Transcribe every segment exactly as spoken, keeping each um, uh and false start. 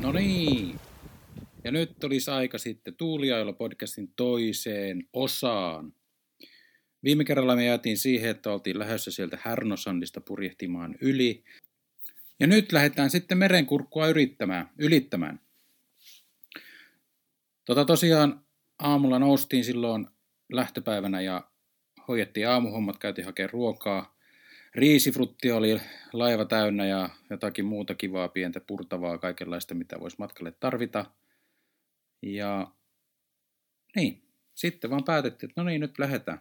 No niin, ja nyt olisi aika sitten Tuuliajolla podcastin toiseen osaan. Viime kerralla me jäätiin siihen, että oltiin lähdössä sieltä Härnösandista purjehtimaan yli. Ja nyt lähdetään sitten merenkurkkua yrittämään, ylittämään. Tota tosiaan aamulla noustiin silloin lähtöpäivänä ja hoidettiin aamuhommat, käytiin hakemaan ruokaa. Riisifrutti oli laiva täynnä ja jotakin muuta kivaa, pientä purtavaa, kaikenlaista, mitä voisi matkalle tarvita. Ja niin, sitten vaan päätettiin, että no niin, nyt lähdetään.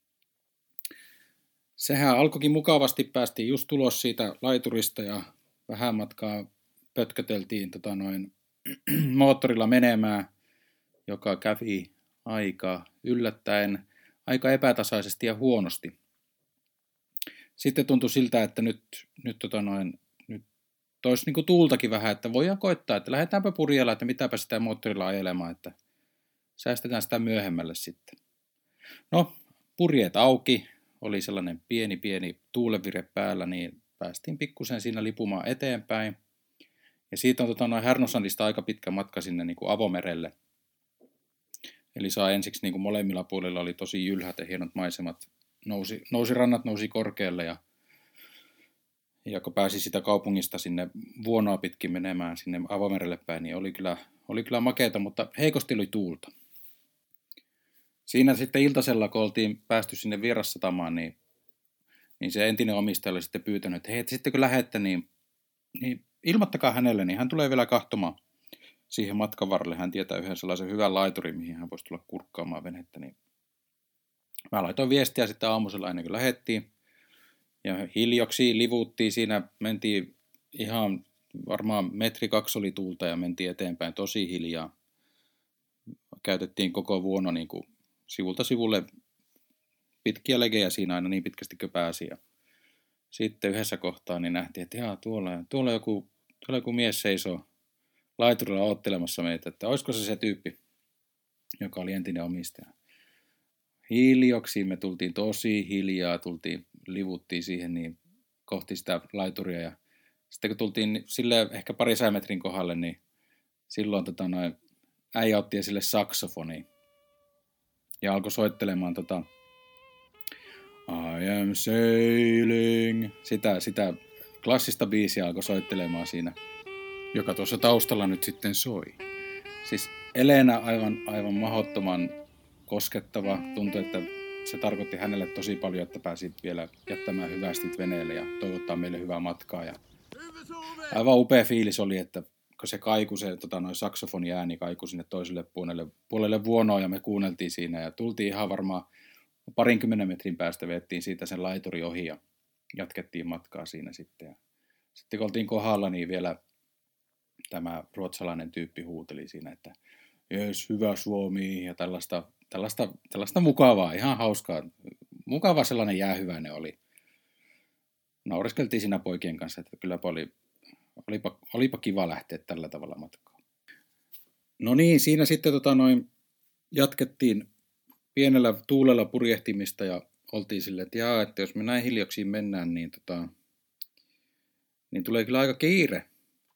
Sehän alkoikin mukavasti, päästiin just tulos siitä laiturista ja vähän matkaa pötköteltiin tota noin, moottorilla menemään, joka kävi aika yllättäen, aika epätasaisesti ja huonosti. Sitten tuntui siltä, että nyt, nyt, tota noin, nyt toisi niinku tuultakin vähän, että voidaan koittaa, että lähdetäänpä purjella, että mitäpä sitä moottorilla ajelemaan, että säästetään sitä myöhemmälle sitten. No, purjeet auki, oli sellainen pieni pieni tuulenvire päällä, niin päästiin pikkusen siinä lipumaan eteenpäin. Ja siitä on tota noin Härnösandista aika pitkä matka sinne niin kuin avomerelle. Eli saa ensiksi niin kuin molemmilla puolilla oli tosi jylhät ja hienot maisemat. Nousi, nousi rannat nousi korkealle ja, ja kun pääsi sitä kaupungista sinne Vuonoa pitkin menemään sinne avomerelle päin, niin oli kyllä, oli kyllä makeata, mutta heikosti oli tuulta. Siinä sitten iltasella, kun oltiin päästy sinne vierassatamaan, niin, niin se entinen omistaja oli sitten pyytänyt, että hei, että sitten kun lähdette, niin, niin ilmoittakaa hänelle, niin hän tulee vielä kahtomaan siihen matkan varrelle. Hän tietää yhden sellaisen hyvän laiturin, mihin hän voisi tulla kurkkaamaan venettä. Niin mä laitoin viestiä sitten aamusella ennen kuin lähdettiin. Ja hiljoksi livuttiin siinä, mentiin ihan varmaan metri kaksi oli tuulta ja mentiin eteenpäin tosi hiljaa. Käytettiin koko Vuono niin kuin sivulta sivulle pitkiä legejä siinä aina niin pitkästi kuin pääsi. Ja sitten yhdessä kohtaa niin nähtiin, että jaa, tuolla, tuolla, joku, tuolla joku mies seisoo laiturilla odottelemassa meitä, että olisiko se se tyyppi, joka oli entinen omistaja. Hiljoksi me tultiin tosi hiljaa, tultiin, livuttiin siihen niin kohti sitä laituria ja sitten kun tultiin sille ehkä pari metrin kohdalle, niin silloin tota, noin, äijä otti esille saksofoni ja alkoi soittelemaan tota I am sailing, sitä, sitä klassista biisiä alkoi soittelemaan siinä, joka tuossa taustalla nyt sitten soi. Siis Elena aivan, aivan mahdottoman koskettava, tuntui, että se tarkoitti hänelle tosi paljon, että pääsi vielä jättämään hyvästit veneelle ja toivottaa meille hyvää matkaa. Ja aivan upea fiilis oli, että kun se kaiku, se tota, noin saksofoni ääni kaiku sinne toiselle puolelle, puolelle Vuonoa ja me kuunneltiin siinä ja tultiin ihan varmaan parinkymmenen metrin päästä, veettiin siitä sen laituri ohi ja jatkettiin matkaa siinä sitten. Ja sitten kun oltiin kohdalla, niin vielä tämä ruotsalainen tyyppi huuteli siinä, että jes, hyvä Suomi ja tällaista, tällaista, tällaista mukavaa, ihan hauskaa. Mukava sellainen jäähyväinen oli. Naureskeltiin siinä poikien kanssa, että kylläpä oli, olipa, olipa kiva lähteä tällä tavalla matkaan. No niin, siinä sitten tota noin, jatkettiin pienellä tuulella purjehtimista ja oltiin silleen, että jaa, että jos me näin hiljaksiin mennään, niin, tota, niin tulee kyllä aika kiire.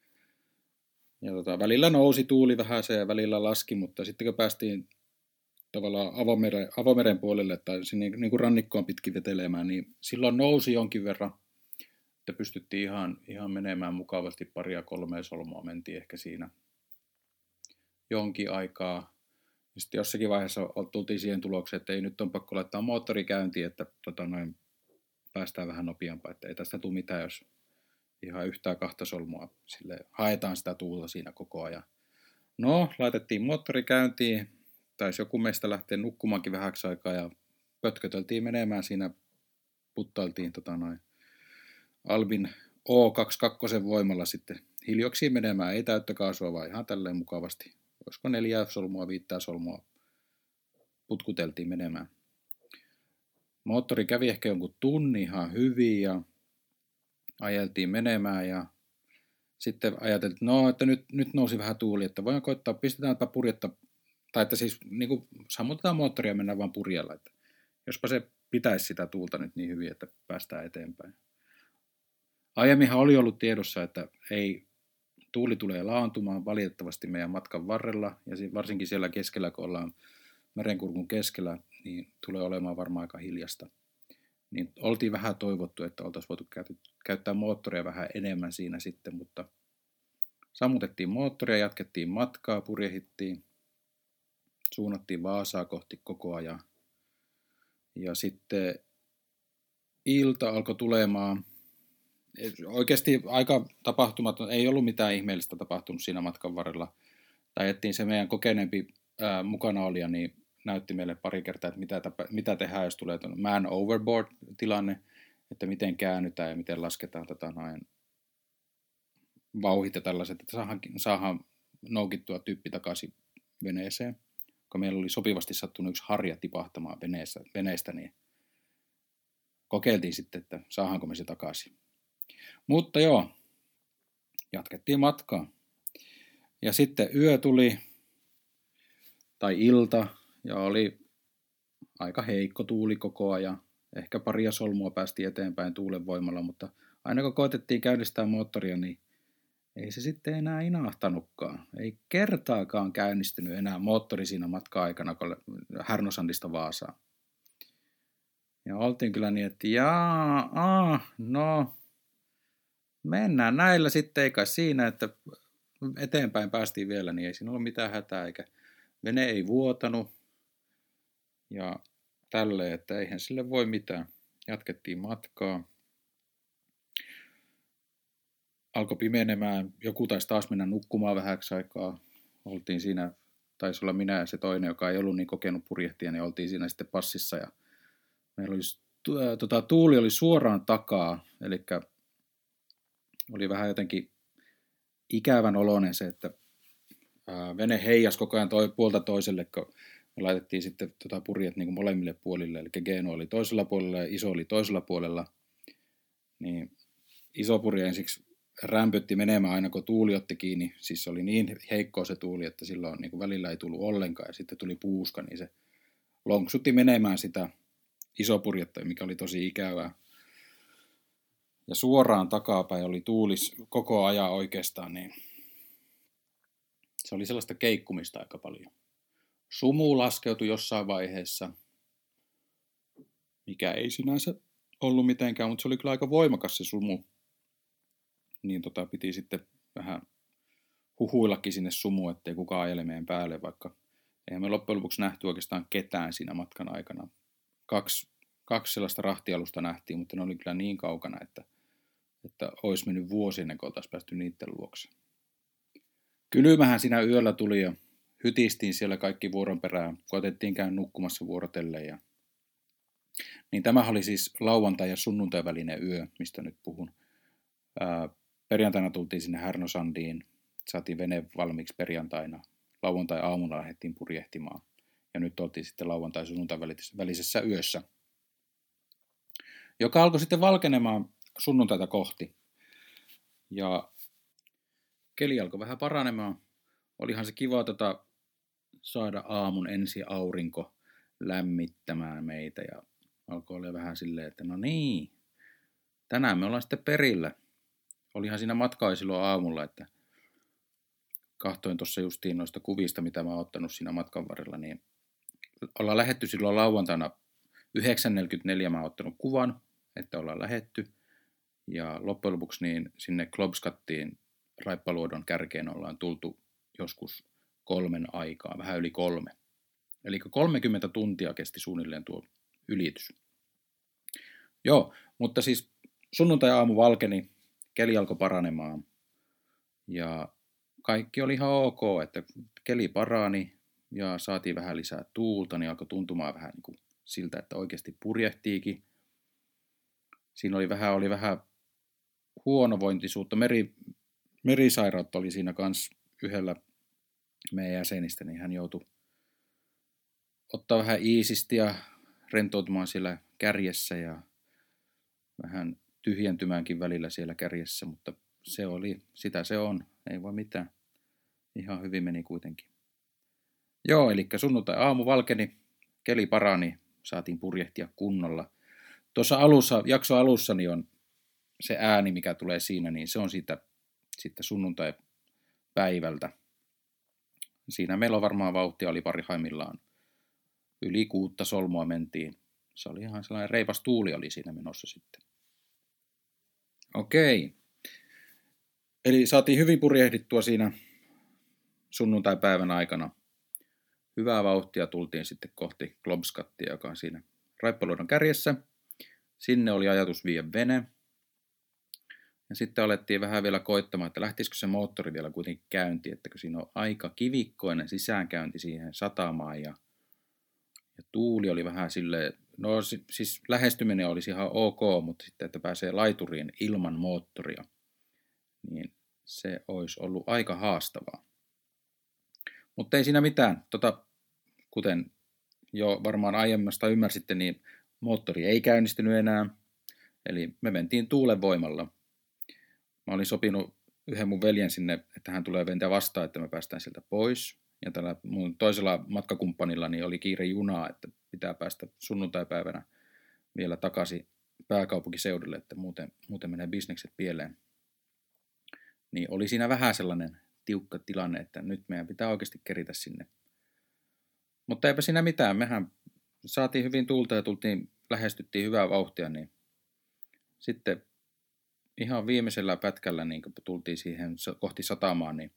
Ja tota, välillä nousi tuuli vähän se ja välillä laski, mutta sitten kun päästiin tavallaan avomeren, avomeren puolelle tai sinne niin kuin rannikkoon pitkin vetelemään, niin silloin nousi jonkin verran, että pystyttiin ihan, ihan menemään mukavasti paria kolmea solmua, mentiin ehkä siinä jonkin aikaa. Ja sitten jossakin vaiheessa tultiin siihen tulokseen, että ei nyt on pakko laittaa moottori käyntiin, että tota noin, päästään vähän nopeampaa, että ei tästä tule mitään, jos ihan yhtään kahta solmua sille haetaan sitä tuulta siinä koko ajan. No, laitettiin moottori käyntiin, taisi joku meistä lähteä nukkumaankin vähäksi aikaa ja pötköteltiin menemään siinä, puttailtiin tota noin Albin O kaksikymmentäkaksi voimalla sitten hiljoksiin menemään, ei täyttä kaasua, vaan ihan tälleen mukavasti. Olisiko neljää solmua, viittää solmua, putkuteltiin menemään. Moottori kävi ehkä jonkun tunnin ihan hyvin ja ajeltiin menemään ja sitten ajateltiin, no, että nyt, nyt nousi vähän tuuli, että voidaan koittaa, pistetäänpä purjetta, tai että siis niin kuin sammutetaan moottoria ja mennään vaan purjella, että jospa se pitäisi sitä tuulta nyt niin hyvin, että päästään eteenpäin. Aiemminhan oli ollut tiedossa, että ei tuuli tulee laantumaan valitettavasti meidän matkan varrella, ja varsinkin siellä keskellä, kun ollaan merenkurkun keskellä, niin tulee olemaan varmaan aika hiljasta. Niin oltiin vähän toivottu, että oltaisiin voitu käyttää moottoria vähän enemmän siinä sitten, mutta sammutettiin moottoria, jatkettiin matkaa, purjehittiin, suunnattiin Vaasaa kohti koko ajan. Ja sitten ilta alkoi tulemaan. Oikeasti aika tapahtumaton, ei ollut mitään ihmeellistä tapahtunut siinä matkan varrella. Tajettiin se meidän kokeneempi ää, mukana olija, niin näytti meille pari kertaa, että mitä, tapa, mitä tehdään, jos tulee man overboard-tilanne, että miten käännytään ja miten lasketaan tätä näin vauhit ja tällaiset, että saadaan, saadaan noukittua tyyppi takaisin veneeseen. Kun meillä oli sopivasti sattunut yksi harja tipahtamaan veneestä, veneestä, niin kokeiltiin sitten, että saadaanko me se takaisin. Mutta joo, jatkettiin matkaa. Ja sitten yö tuli, tai ilta, ja oli aika heikko tuuli koko ajan. Ehkä paria solmua päästi eteenpäin tuulen voimalla, mutta aina kun koetettiin käynnistää moottoria, niin ei se sitten enää inahtanutkaan. Ei kertaakaan käynnistynyt enää moottori siinä matka-aikana, kun Härnösandista Vaasaan. Ja oltiin kyllä niin, että jaa, aah, no, mennään näillä sitten, eikä siinä, että eteenpäin päästiin vielä, niin ei siinä ollut mitään hätää, eikä vene ei vuotanut. Ja tälleen, että eihän sille voi mitään. Jatkettiin matkaa. Alkoi pimenemään. Joku taisi taas mennä nukkumaan vähäksi aikaa. Oltiin siinä, taisi olla minä ja se toinen, joka ei ollut niin kokenut purjehtia, niin oltiin siinä sitten passissa. Ja meillä oli, tuota, tuuli oli suoraan takaa, eli oli vähän jotenkin ikävän oloinen se, että ää, vene heijas koko ajan toi, puolta toiselle, kun me laitettiin sitten tota purjet niin kuin molemmille puolille, eli Geno oli toisella puolella ja iso oli toisella puolella. Niin iso purje ensiksi rämpytti menemään aina, kun tuuli otti kiinni. Siis se oli niin heikkoa se tuuli, että silloin niin kuin välillä ei tullut ollenkaan. Ja sitten tuli puuska, niin se lonksutti menemään sitä isopurjetta, mikä oli tosi ikävää. Ja suoraan takapäin oli tuulis koko ajan oikeastaan, niin se oli sellaista keikkumista aika paljon. Sumu laskeutui jossain vaiheessa, mikä ei sinänsä ollut mitenkään, mutta se oli kyllä aika voimakas se sumu. Niin tota, piti sitten vähän huhuillakin sinne sumu, ettei kukaan ajele meidän päälle, vaikka eihän me loppujen lopuksi nähty oikeastaan ketään siinä matkan aikana. Kaksi, kaksi sellaista rahtialusta nähtiin, mutta ne oli kyllä niin kaukana, että, että olisi mennyt vuosi ennen kuin oltaisiin päästy niiden luokse. Kylmähän siinä yöllä tuli ja hytistiin siellä kaikki vuoron perään, koetettiin käydä nukkumassa vuorotellen. Ja... Niin tämä oli siis lauantai- ja sunnuntai välinen yö, mistä nyt puhun. Ää, perjantaina tultiin sinne Härnösandiin, saatiin vene valmiiksi perjantaina. Lauantai-aamulla lähdettiin purjehtimaan. Ja nyt oltiin sitten lauantai-sunnuntai välisessä yössä, joka alkoi sitten valkenemaan sunnuntaita kohti. Ja keli alkoi vähän paranemaan. Olihan se kiva tota, saada aamun ensi aurinko lämmittämään meitä. Ja alkoi olla vähän silleen, että no niin, tänään me ollaan sitten perillä. Olihan siinä matkaa silloin aamulla, että kahtoin tuossa justiin noista kuvista, mitä mä oon ottanut siinä matkan varrella, niin ollaan lähetty silloin lauantaina yhdeksän neljäkymmentäneljä mä oon ottanut kuvan, että ollaan lähetty. Ja loppujen lopuksi niin sinne Klobskattiin Raippaluodon kärkeen ollaan tultu joskus kolmen aikaa, vähän yli kolme. Eli kolmekymmentä tuntia kesti suunnilleen tuo ylitys. Joo, mutta siis sunnuntai-aamu valkeni, keli alkoi paranemaan ja kaikki oli ihan ok, että keli parani ja saatiin vähän lisää tuulta, niin alkoi tuntumaan vähän niin kuin siltä, että oikeasti purjehtiikin. Siinä oli vähän, oli vähän huonovointisuutta, Meri, merisairautta oli siinä kanssa yhdellä meidän jäsenistä, niin hän joutui ottaa vähän iisisti ja rentoutumaan siellä kärjessä ja vähän tyhjentymäänkin välillä siellä kärjessä, mutta se oli, sitä se on, ei voi mitään. Ihan hyvin meni kuitenkin. Joo, eli sunnuntai-aamu valkeni, keli parani, saatiin purjehtia kunnolla. Tuossa alussa, jakso alussa niin on se ääni, mikä tulee siinä, niin se on siitä, siitä sunnuntai päivältä. Siinä meillä on varmaan vauhtia oli parhaimmillaan. Yli kuutta solmua mentiin. Se oli ihan sellainen reipas tuuli oli siinä menossa sitten. Okei. Eli saatiin hyvin purjehdittua siinä sunnuntai-päivän aikana. Hyvää vauhtia tultiin sitten kohti Globskattia, joka on siinä Raippaluodon kärjessä. Sinne oli ajatus viedä vene. Ja sitten alettiin vähän vielä koittamaan, että lähtisikö se moottori vielä kuitenkin käyntiin, että kun siinä on aika kivikkoinen sisäänkäynti siihen satamaan ja, ja tuuli oli vähän silleen, no siis lähestyminen olisi ihan ok, mutta sitten että pääsee laituriin ilman moottoria, niin se olisi ollut aika haastavaa. Mutta ei siinä mitään, tota, kuten jo varmaan aiemmasta ymmärsitte, niin moottori ei käynnistynyt enää, eli me mentiin tuulen voimalla. Mä olin sopinut yhden mun veljen sinne, että hän tulee ventä vastaan, että me päästään sieltä pois. Ja tällä mun toisella matkakumppanilla niin oli kiire junaa, että pitää päästä sunnuntaipäivänä vielä takaisin pääkaupunkiseudulle, että muuten, muuten menee bisnekset pieleen. Niin oli siinä vähän sellainen tiukka tilanne, että nyt meidän pitää oikeasti keritä sinne. Mutta eipä siinä mitään, mehän saatiin hyvin tuulta ja tultiin, lähestyttiin hyvää vauhtia, niin sitten ihan viimeisellä pätkällä, niin kun tultiin siihen kohti satamaa, niin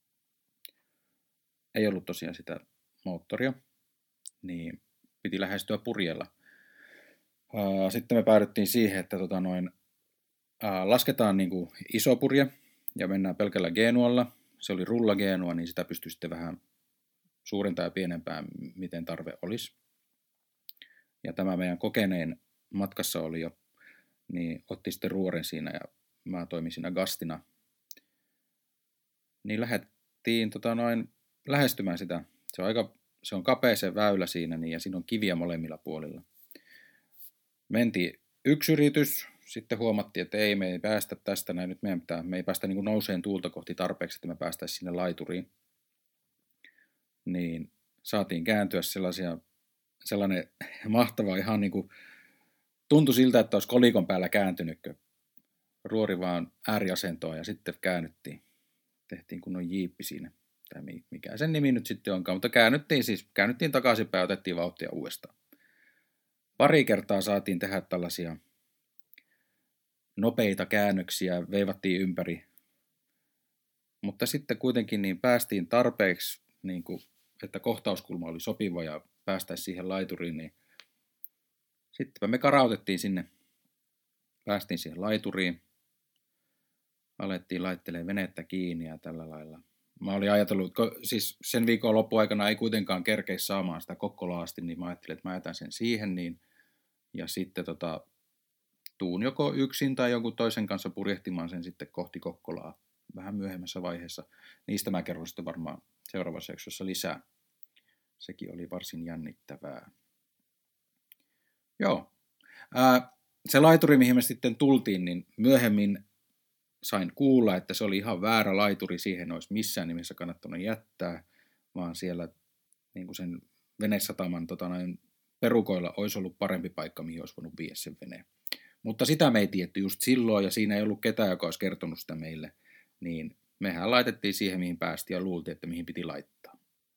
ei ollut tosiaan sitä moottoria, niin piti lähestyä purjella. Sitten me päädyttiin siihen, että tota noin, lasketaan niin kuin iso purje ja mennään pelkällä genualla. Se oli rullagenua, niin sitä pystyi sitten vähän suurentaa ja pienempää, miten tarve olisi. Ja tämä meidän kokeneen matkassa oli jo, niin otti sitten ruoren siinä ja mä toimin siinä gastina. Niin lähdettiin tota noin, lähestymään sitä. Se on aika se on kapea se väylä siinä niin, ja siinä on kiviä molemmilla puolilla. Mentiin yksi yritys, sitten huomattiin, että ei, me ei päästä tästä näin, nyt meidän pitää, me ei päästä niin kuin nouseen tuulta kohti tarpeeksi, että me päästäisiin sinne laituriin. Niin saatiin kääntyä sellaisia, sellainen mahtava ihan niin kuin, tuntui siltä, että olisi kolikon päällä kääntynyt, ruori vaan ääriasentoon ja sitten käännyttiin. Tehtiin kunnon jiippi siinä, tai mikä sen nimi nyt sitten onkaan, mutta käännyttiin siis, käännyttiin takaisinpäin ja otettiin vauhtia uudestaan. Pari kertaa saatiin tehdä tällaisia nopeita käännöksiä, veivattiin ympäri, mutta sitten kuitenkin niin päästiin tarpeeksi, niin kuin, että kohtauskulma oli sopiva ja päästäisiin siihen laituriin, niin sittenpä me karautettiin sinne, päästiin siihen laituriin, alettiin laittelemaan venettä kiinni ja tällä lailla. Mä olin ajatellut, siis sen viikon loppuaikana ei kuitenkaan kerkeisi saamaan sitä Kokkolaan asti, niin mä ajattelin, että mä jätän sen siihen, niin, ja sitten tota, tuun joko yksin tai jonkun toisen kanssa purjehtimaan sen sitten kohti Kokkolaa vähän myöhemmässä vaiheessa. Niistä mä kerron sitten varmaan seuraavassa jaksossa lisää. Sekin oli varsin jännittävää. Joo. Ää, se laituri, mihin me sitten tultiin, niin myöhemmin sain kuulla, että se oli ihan väärä laituri, siihen olisi missään nimessä kannattanut jättää, vaan siellä niin kuin sen venesataman tota, noin, perukoilla olisi ollut parempi paikka, mihin olisi voinut viedä sen veneen. Mutta sitä me ei tiedetty just silloin, ja siinä ei ollut ketään, joka olisi kertonut sitä meille, niin mehän laitettiin siihen, mihin päästiin, ja luultiin, että mihin piti laittaa.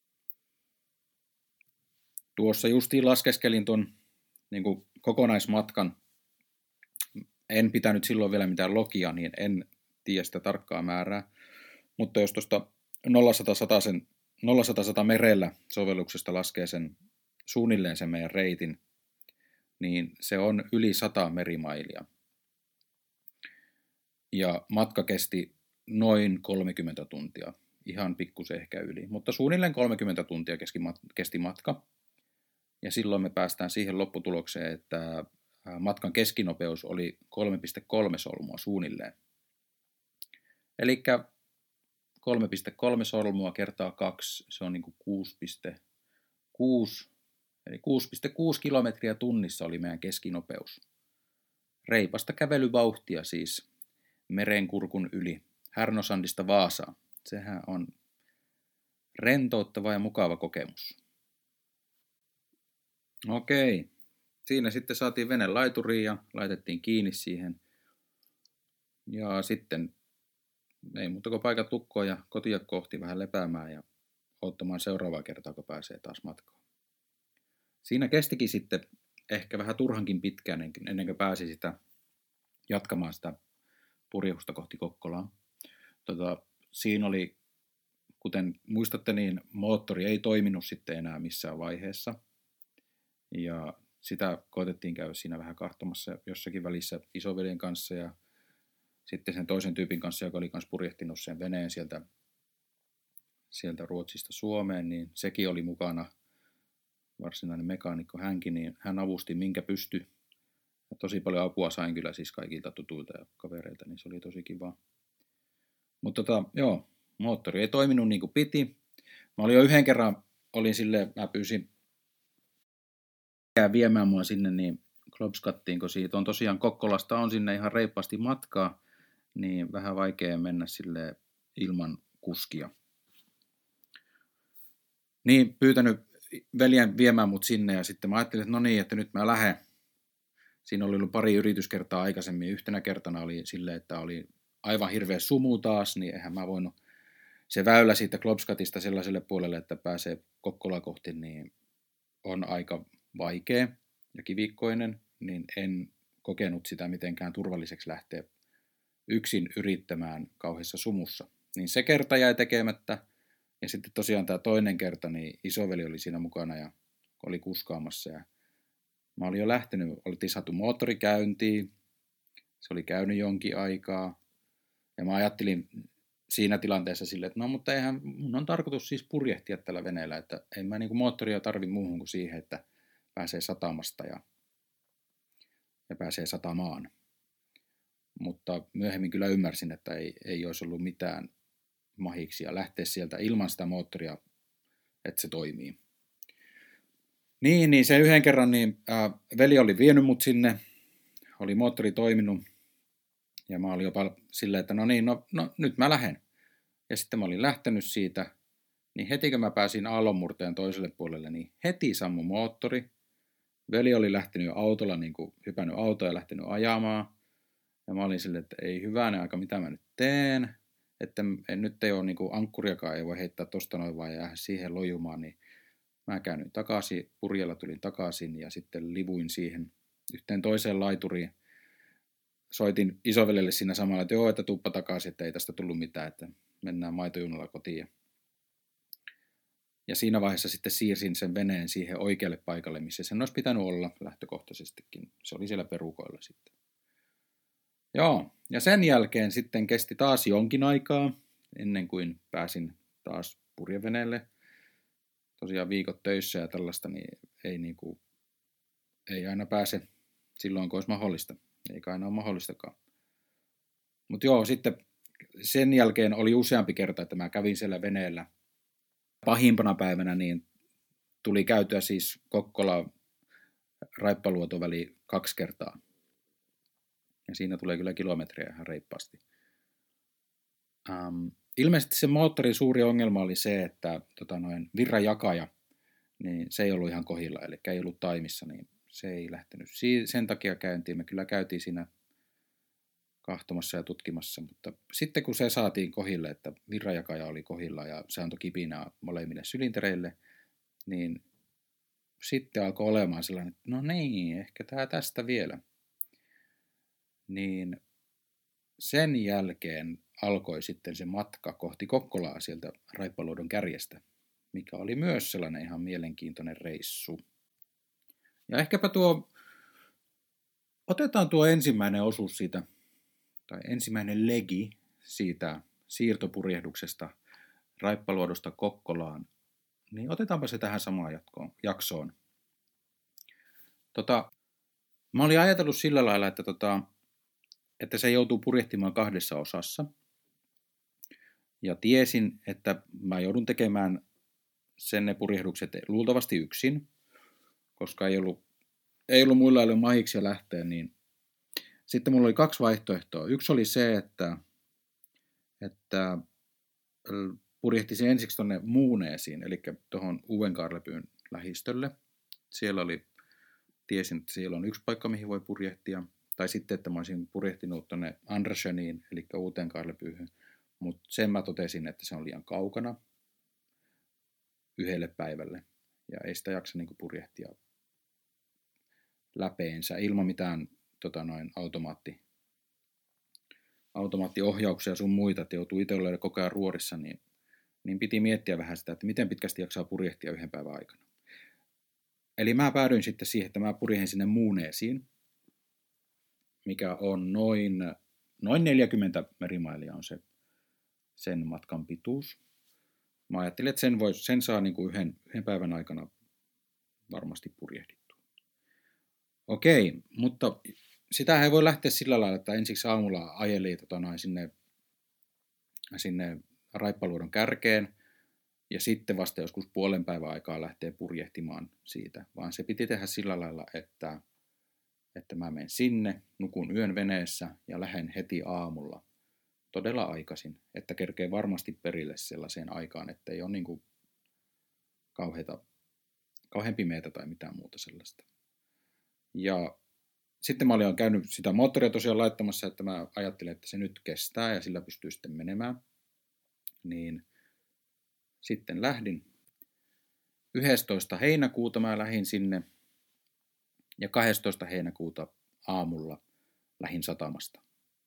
Tuossa justiin laskeskelin ton niin kuin kokonaismatkan. En pitänyt silloin vielä mitään logia, niin en tiedä sitä tarkkaa määrää. Mutta jos tuosta nolla sata sata merellä sovelluksesta laskee sen suunnilleen sen meidän reitin, niin se on yli sata merimailia. Ja matka kesti noin kolmekymmentä tuntia. Ihan pikkusen ehkä yli, mutta suunnilleen kolmekymmentä tuntia kesti matka. Ja silloin me päästään siihen lopputulokseen, että matkan keskinopeus oli kolme pilkku kolme solmua suunnilleen. Eli kolme pilkku kolme solmua kertaa kaksi, se on niin kuin kuusi pilkku kuusi, eli kuusi pilkku kuusi kilometriä tunnissa oli meidän keskinopeus. Reipasta kävelyvauhtia siis merenkurkun yli, Härnösandista Vaasaan. Sehän on rentouttava ja mukava kokemus. Okei. Siinä sitten saatiin vene laituriin ja laitettiin kiinni siihen. Ja sitten ei muuta kuin paikat lukkoon ja kotia kohti vähän lepäämään ja odottamaan seuraavaa kertaa, kun pääsee taas matkaan. Siinä kestikin sitten ehkä vähän turhankin pitkään ennen kuin pääsi sitä jatkamaan sitä purjehusta kohti Kokkolaa. Tota, siinä oli, kuten muistatte, niin moottori ei toiminut sitten enää missään vaiheessa. Ja sitä koetettiin käydä siinä vähän kahtomassa jossakin välissä isoveljen kanssa ja sitten sen toisen tyypin kanssa, joka oli myös purjehtinut sen veneen sieltä, sieltä Ruotsista Suomeen, niin sekin oli mukana, varsinainen mekaanikko hänkin, niin hän avusti minkä pystyi. Ja tosi paljon apua sain kyllä siis kaikilta tutuilta ja kavereilta, niin se oli tosi kiva. Mutta tota, joo, moottori ei toiminut niin kuin piti. Mä olin jo yhden kerran, olin silleen, mä pyysin viemään mua sinne niin Klopskattiin, kun siitä on tosiaan Kokkolasta on sinne ihan reippaasti matkaa, niin vähän vaikea mennä sille ilman kuskia. Niin, pyytänyt veljen viemään mut sinne ja sitten mä ajattelin, että no niin, että nyt mä lähden. Siinä oli ollut pari yrityskertaa aikaisemmin. Yhtenä kertana oli silleen, että oli aivan hirveä sumu taas, niin eihän mä voinut se väylä siitä Klopskatista sellaiselle puolelle, että pääsee Kokkola kohti, niin on aika vaikea ja kivikkoinen, niin en kokenut sitä mitenkään turvalliseksi lähteä yksin yrittämään kauheassa sumussa. Niin se kerta jäi tekemättä, ja sitten tosiaan tämä toinen kerta, niin isoveli oli siinä mukana ja oli kuskaamassa, ja mä olin jo lähtenyt, oltiin saatu moottori käyntiin, se oli käynyt jonkin aikaa, ja mä ajattelin siinä tilanteessa silleen, että no mutta eihän, mun on tarkoitus siis purjehtia tällä veneellä, että en mä niinku moottoria tarvi muuhun kuin siihen, että pääsee satamasta ja, ja pääsee satamaan. Mutta myöhemmin kyllä ymmärsin, että ei, ei olisi ollut mitään mahiksia lähteä sieltä ilman sitä moottoria, että se toimii. Niin, niin sen yhden kerran niin, ää, veli oli vienyt mut sinne, oli moottori toiminut, ja mä olin jopa silleen, että no niin, no, no nyt mä lähden. Ja sitten mä olin lähtenyt siitä, niin heti kun mä pääsin aallonmurteen toiselle puolelle, niin heti sammui moottori. Veli oli lähtenyt autolla, niin kuin hypännyt autoa ja lähtenyt ajamaan. Ja mä olin silleen, että ei hyvänen aika, mitä mä nyt teen. Että en, nyt ei ole niin kuin ankkuriakaan, ei voi heittää tosta noin vaan ja jäädä siihen lojumaan. Niin mä käännyin takaisin, purjella tulin takaisin ja sitten livuin siihen yhteen toiseen laituriin. Soitin isoveljelle siinä samalla, että joo, että tuuppa takaisin, että ei tästä tullut mitään, että mennään maitojunalla kotiin. Ja siinä vaiheessa sitten siirsin sen veneen siihen oikealle paikalle, missä sen olisi pitänyt olla lähtökohtaisestikin. Se oli siellä perukoilla sitten. Joo, ja sen jälkeen sitten kesti taas jonkin aikaa, ennen kuin pääsin taas purjeveneelle. Tosiaan viikot töissä ja tällaista, niin ei, niin kuin, ei aina pääse silloin, kun olisi mahdollista. Eikä aina ole mahdollistakaan. Mutta joo, sitten sen jälkeen oli useampi kerta, että mä kävin siellä veneellä. Pahimpana päivänä niin tuli käytyä siis Kokkola Raippaluoto väli kaksi kertaa. Ja siinä tulee kyllä kilometriä ihan reippaasti. Ähm, ilmeisesti se moottorin suuri ongelma oli se, että tota noin, virrajakaja, niin se ei ollut ihan kohilla, eli ei ollut taimissa, niin se ei lähtenyt sen takia käyntiin. Me kyllä käytiin siinä kahtomassa ja tutkimassa, mutta sitten kun se saatiin kohille, että virrajakaja oli kohilla ja se antoi kipinää molemmille sylintereille, niin sitten alkoi olemaan sellainen, että no niin, ehkä tämä tästä vielä. Niin sen jälkeen alkoi sitten se matka kohti Kokkolaa sieltä Raippaluodon kärjestä, mikä oli myös sellainen ihan mielenkiintoinen reissu. Ja ehkäpä tuo, otetaan tuo ensimmäinen osuus siitä, tai ensimmäinen legi siitä siirtopurjehduksesta Raippaluodosta Kokkolaan, niin otetaanpa se tähän samaan jatkoon, jaksoon. Tota, mä olin ajatellut sillä lailla, että, tota, että se joutuu purjehtimaan kahdessa osassa. Ja tiesin, että mä joudun tekemään sen ne purjehdukset luultavasti yksin, koska ei ollut, ei ollut muilla ollut mahiksia lähteä, niin sitten mulla oli kaksi vaihtoehtoa. Yksi oli se, että, että purjehtisin ensiksi tuonne Muuneesiin, eli tuohon Uvenkaarlepyyn lähistölle. Siellä oli, tiesin, että siellä on yksi paikka, mihin voi purjehtia. Tai sitten, että mä olisin purjehtinut tuonne Anderseniin, eli Uuteenkaarlepyyhyn mutta sen mä totesin, että se on liian kaukana yhdelle päivälle. Ja ei sitä jaksa niin kuin purjehtia läpeensä ilman mitään tota noin, automaatti, automaattiohjauksia sun muita, että joutuu itse olemaan koko ajan ruorissa, niin, niin piti miettiä vähän sitä, että miten pitkästi jaksaa purjehtia yhden päivän aikana. Eli mä päädyin sitten siihen, että mä purjehin sinne Muuneesiin, mikä on noin, noin neljäkymmentä merimailia on se, sen matkan pituus. Mä ajattelin, että sen, vois, sen saa niin kuin yhden, yhden päivän aikana varmasti purjehdittua. Okei, mutta sitä ei voi lähteä sillä lailla, että ensiksi aamulla ajeli tota noin, sinne, sinne Raippaluodon kärkeen ja sitten vasta joskus puolen päivän aikaa lähtee purjehtimaan siitä, vaan se piti tehdä sillä lailla, että, että mä menen sinne, nukun yön veneessä ja lähden heti aamulla todella aikaisin, että kerkee varmasti perille sellaiseen aikaan, että ei ole niin kuin kauheita, kauhean pimeätä tai mitään muuta sellaista. Ja sitten mä olin käynyt sitä moottoria tosiaan laittamassa, että mä ajattelin, että se nyt kestää ja sillä pystyy sitten menemään. Niin sitten lähdin. yhdestoista heinäkuuta mä lähdin sinne ja kahdestoista heinäkuuta aamulla lähdin satamasta.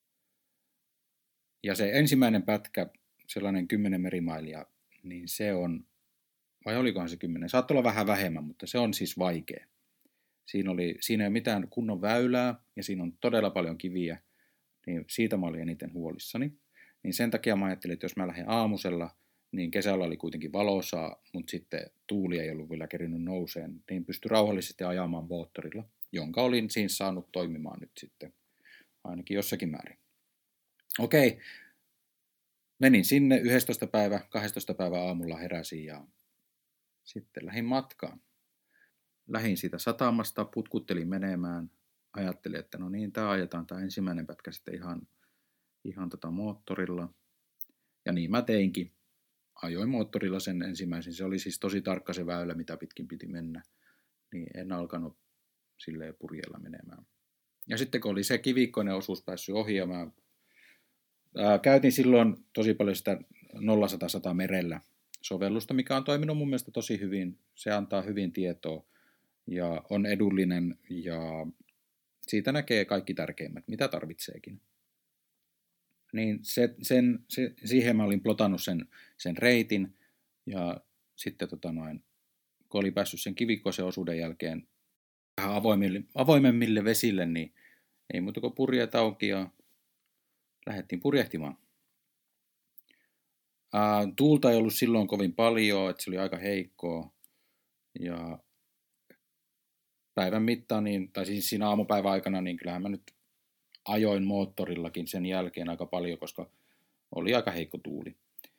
Ja se ensimmäinen pätkä, sellainen kymmenen merimailia, niin se on, vai olikohan se kymmenen? Saattaa olla vähän vähemmän, mutta se on siis vaikea. Siinä, oli, siinä ei ole mitään kunnon väylää ja siinä on todella paljon kiviä, niin siitä mä olin eniten huolissani. Niin sen takia mä ajattelin, että jos mä lähden aamusella, niin kesällä oli kuitenkin valosaa, mutta sitten tuuli ei ollut vielä kerinyt nouseen, niin pystyi rauhallisesti ajamaan moottorilla, jonka olin siinä saanut toimimaan nyt sitten ainakin jossakin määrin. Okei, menin sinne yhdestoista päivä, kahdestoista päivä aamulla heräsin ja sitten lähdin matkaan. Lähdin siitä satamasta, putkuttelin menemään, ajattelin, että no niin, tämä ajetaan tämä ensimmäinen pätkä sitten ihan, ihan tota moottorilla. Ja niin mä teinkin. Ajoin moottorilla sen ensimmäisen. Se oli siis tosi tarkka se väylä, mitä pitkin piti mennä. Niin en alkanut silleen purjeella menemään. Ja sitten kun oli se kivikkoinen osuus päässyt ohi ja mä ää, käytin silloin tosi paljon sitä nolla sata sata merellä sovellusta, mikä on toiminut mun mielestä tosi hyvin. Se antaa hyvin tietoa ja on edullinen ja siitä näkee kaikki tärkeimmät, mitä tarvitseekin. Niin se, sen, se, siihen mä olin plotannut sen, sen reitin ja sitten tota noin, kun oli päässyt sen kivikkoisen osuuden jälkeen vähän avoimille, avoimemmille vesille, niin ei muuta kuin purjeet auki ja lähdettiin purjehtimaan. Ää, tuulta ei ollut silloin kovin paljon, että se oli aika heikkoa ja päivän mittaan, niin, tai siis siinä aamupäivän aikana, niin kyllähän mä nyt ajoin moottorillakin sen jälkeen aika paljon, koska oli aika heikko tuuli.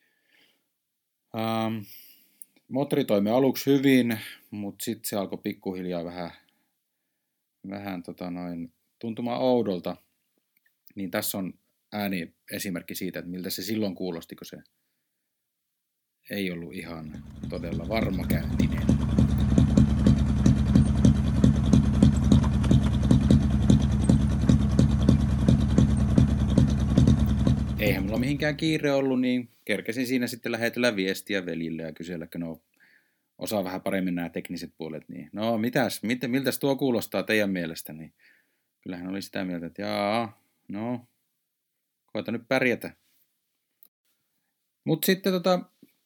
Ähm, moottori toimi aluksi hyvin, mutta sitten se alkoi pikkuhiljaa vähän, vähän tota noin, tuntumaan oudolta. Niin tässä on ääni esimerkki siitä, että miltä se silloin kuulosti, kun se ei ollut ihan todella varmakäyntinen. Eihän mulla mihinkään kiire ollut, niin kerkesin siinä sitten lähetellä viestiä velille ja kysellä, että no, osaa vähän paremmin nämä tekniset puolet. Niin, no mitäs, mit, miltäs tuo kuulostaa teidän mielestä? Niin, kyllähän oli sitä mieltä, että jaa, no, koeta nyt pärjätä. Mutta sitten tota,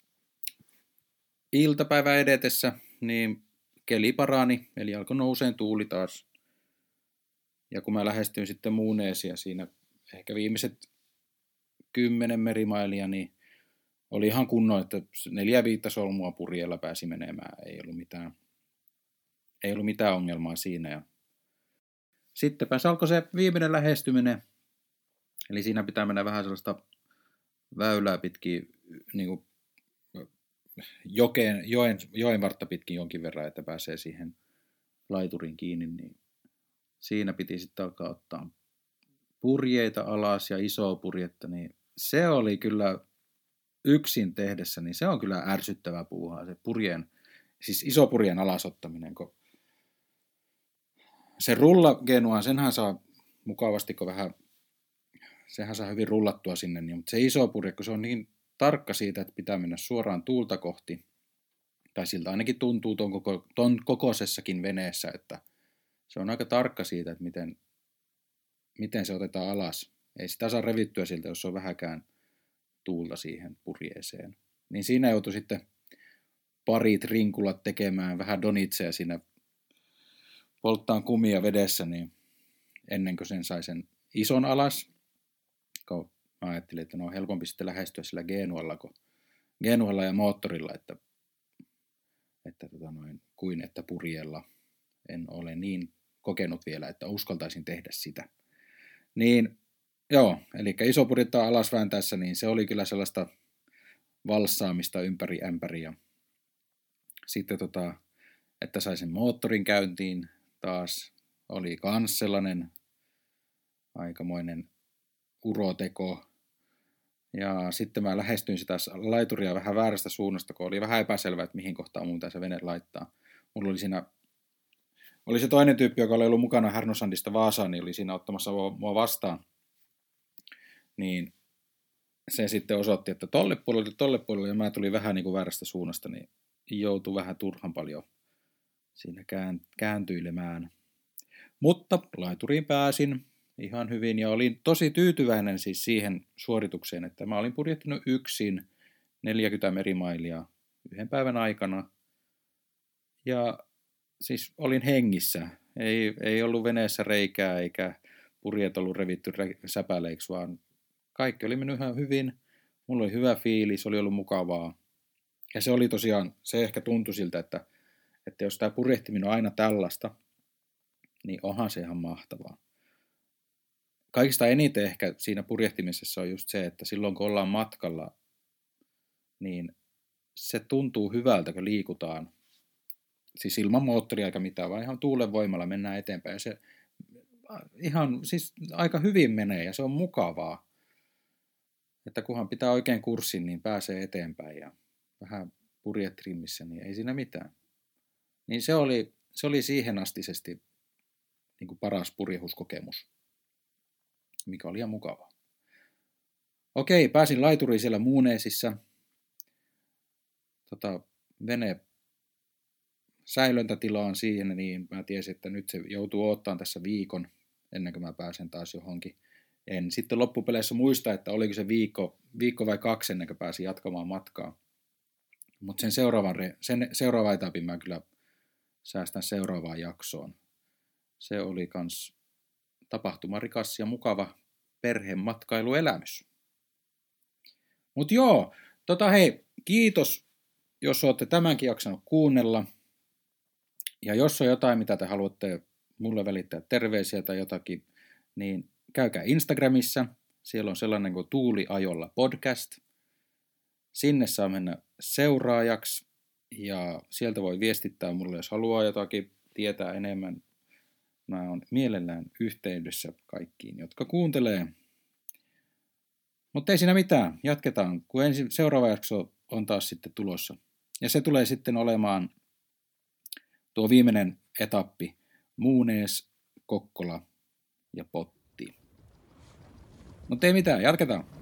iltapäivä edetessä, niin keli parani, eli alkoi nouseen tuuli taas. Ja kun mä lähestyin sitten Muuneesia siinä ehkä viimeiset kymmenen merimailia, niin oli ihan kunnon, että neljä viittä solmua purjeella pääsi menemään. Ei ollut mitään, ei ollut mitään ongelmaa siinä. Ja sittenpä se alkoi se viimeinen lähestyminen. Eli siinä pitää mennä vähän sellaista väylää pitkin, niin kuin jokeen, joen, joen vartta pitkin jonkin verran, että pääsee siihen laiturin kiinni. Niin siinä piti sitten alkaa ottaa purjeita alas ja isoa purjetta, niin se oli kyllä yksin tehdessä, niin se on kyllä ärsyttävää puuhaa, se purjeen, siis iso purjeen alasottaminen, kun se rullagenua, senhän saa mukavasti, kun vähän sehän saa hyvin rullattua sinne, niin, mutta se iso purje, kun se on niin tarkka siitä, että pitää mennä suoraan tuulta kohti, tai siltä ainakin tuntuu ton, koko, ton kokoisessakin veneessä, että se on aika tarkka siitä, että miten, miten se otetaan alas. Ei sitä saa revittyä siltä, jos on vähäkään tuulta siihen purjeeseen. Niin siinä joutui sitten parit rinkulat tekemään vähän donitseja siinä polttaan kumia vedessä, niin ennen kuin sen sai sen ison alas, kun mä ajattelin, että no on helpompi sitten lähestyä sillä Genualla, kuin, Genualla ja moottorilla, että, että tota noin, kuin että purjeella. En ole niin kokenut vielä, että uskaltaisin tehdä sitä. Niin joo, eli iso purjetta alas vääntäessä, niin se oli kyllä sellaista valssaamista ympäri ämpäriä. Sitten tota, että sai sen moottorin käyntiin taas, oli kans sellainen aikamoinen uroteko. Ja sitten mä lähestyin sitä laituria vähän väärästä suunnasta, kun oli vähän epäselvää, että mihin kohtaan mun se vene laittaa. Mulla oli siinä, oli se toinen tyyppi, joka oli ollut mukana Härnösandista Vaasaan, niin oli siinä ottamassa mua vastaan. Niin se sitten osoitti, että tolle puolelle, tolle puolelle, ja mä tulin vähän niin kuin väärästä suunnasta, niin joutui vähän turhan paljon siinä kääntyilemään. Mutta laituriin pääsin ihan hyvin, ja olin tosi tyytyväinen siis siihen suoritukseen, että mä olin purjehtinut yksin neljäkymmentä merimailia yhden päivän aikana, ja siis olin hengissä. Ei, ei ollut veneessä reikää, eikä purjeet ollut revitty säpäleiksi, vaan kaikki oli mennyt ihan hyvin. Mulla oli hyvä fiilis, oli ollut mukavaa. Ja se oli tosiaan, se ehkä tuntui siltä, että, että jos tämä purjehtiminen on aina tällaista, niin onhan se ihan mahtavaa. Kaikista eniten ehkä siinä purjehtimisessa on just se, että silloin kun ollaan matkalla, niin se tuntuu hyvältä, kun liikutaan. Siis ilman moottoria eikä mitään, vaan ihan tuulen voimalla mennään eteenpäin. Ja se ihan siis aika hyvin menee ja se on mukavaa. Että kunhan pitää oikein kurssin, niin pääsee eteenpäin ja vähän purjetrimmissä, niin ei siinä mitään. Niin se oli, se oli siihen astisesti niin kuin paras purjehuskokemus, mikä oli ihan mukavaa. Okei, pääsin laituriin siellä Muuneesissa. Tota, vene säilöntätilaan siihen, niin mä tiesin, että nyt se joutuu odottamaan tässä viikon, ennen kuin mä pääsen taas johonkin. En sitten loppupeleissä muista, että oliko se viikko, viikko vai kaksi ennen kuin pääsin jatkamaan matkaa. Mutta sen seuraavan, sen seuraavan etapin mä kyllä säästän seuraavaan jaksoon. Se oli kans tapahtumarikas ja mukava perhematkailuelämys. Mut joo, tota hei, kiitos, jos olette tämänkin jaksanut kuunnella. Ja jos on jotain, mitä te haluatte mulle välittää terveisiä tai jotakin, niin käykää Instagramissa. Siellä on sellainen kuin Tuuliajolla podcast. Sinne saa mennä seuraajaksi ja sieltä voi viestittää mulle, jos haluaa jotakin tietää enemmän. Mä oon mielellään yhteydessä kaikkiin, jotka kuuntelee. Mutta ei siinä mitään. Jatketaan, kun ensin seuraava jakso on taas sitten tulossa. Ja se tulee sitten olemaan tuo viimeinen etappi. Muunees, Kokkola ja Potti. Mutta ei mitään, jatketaan.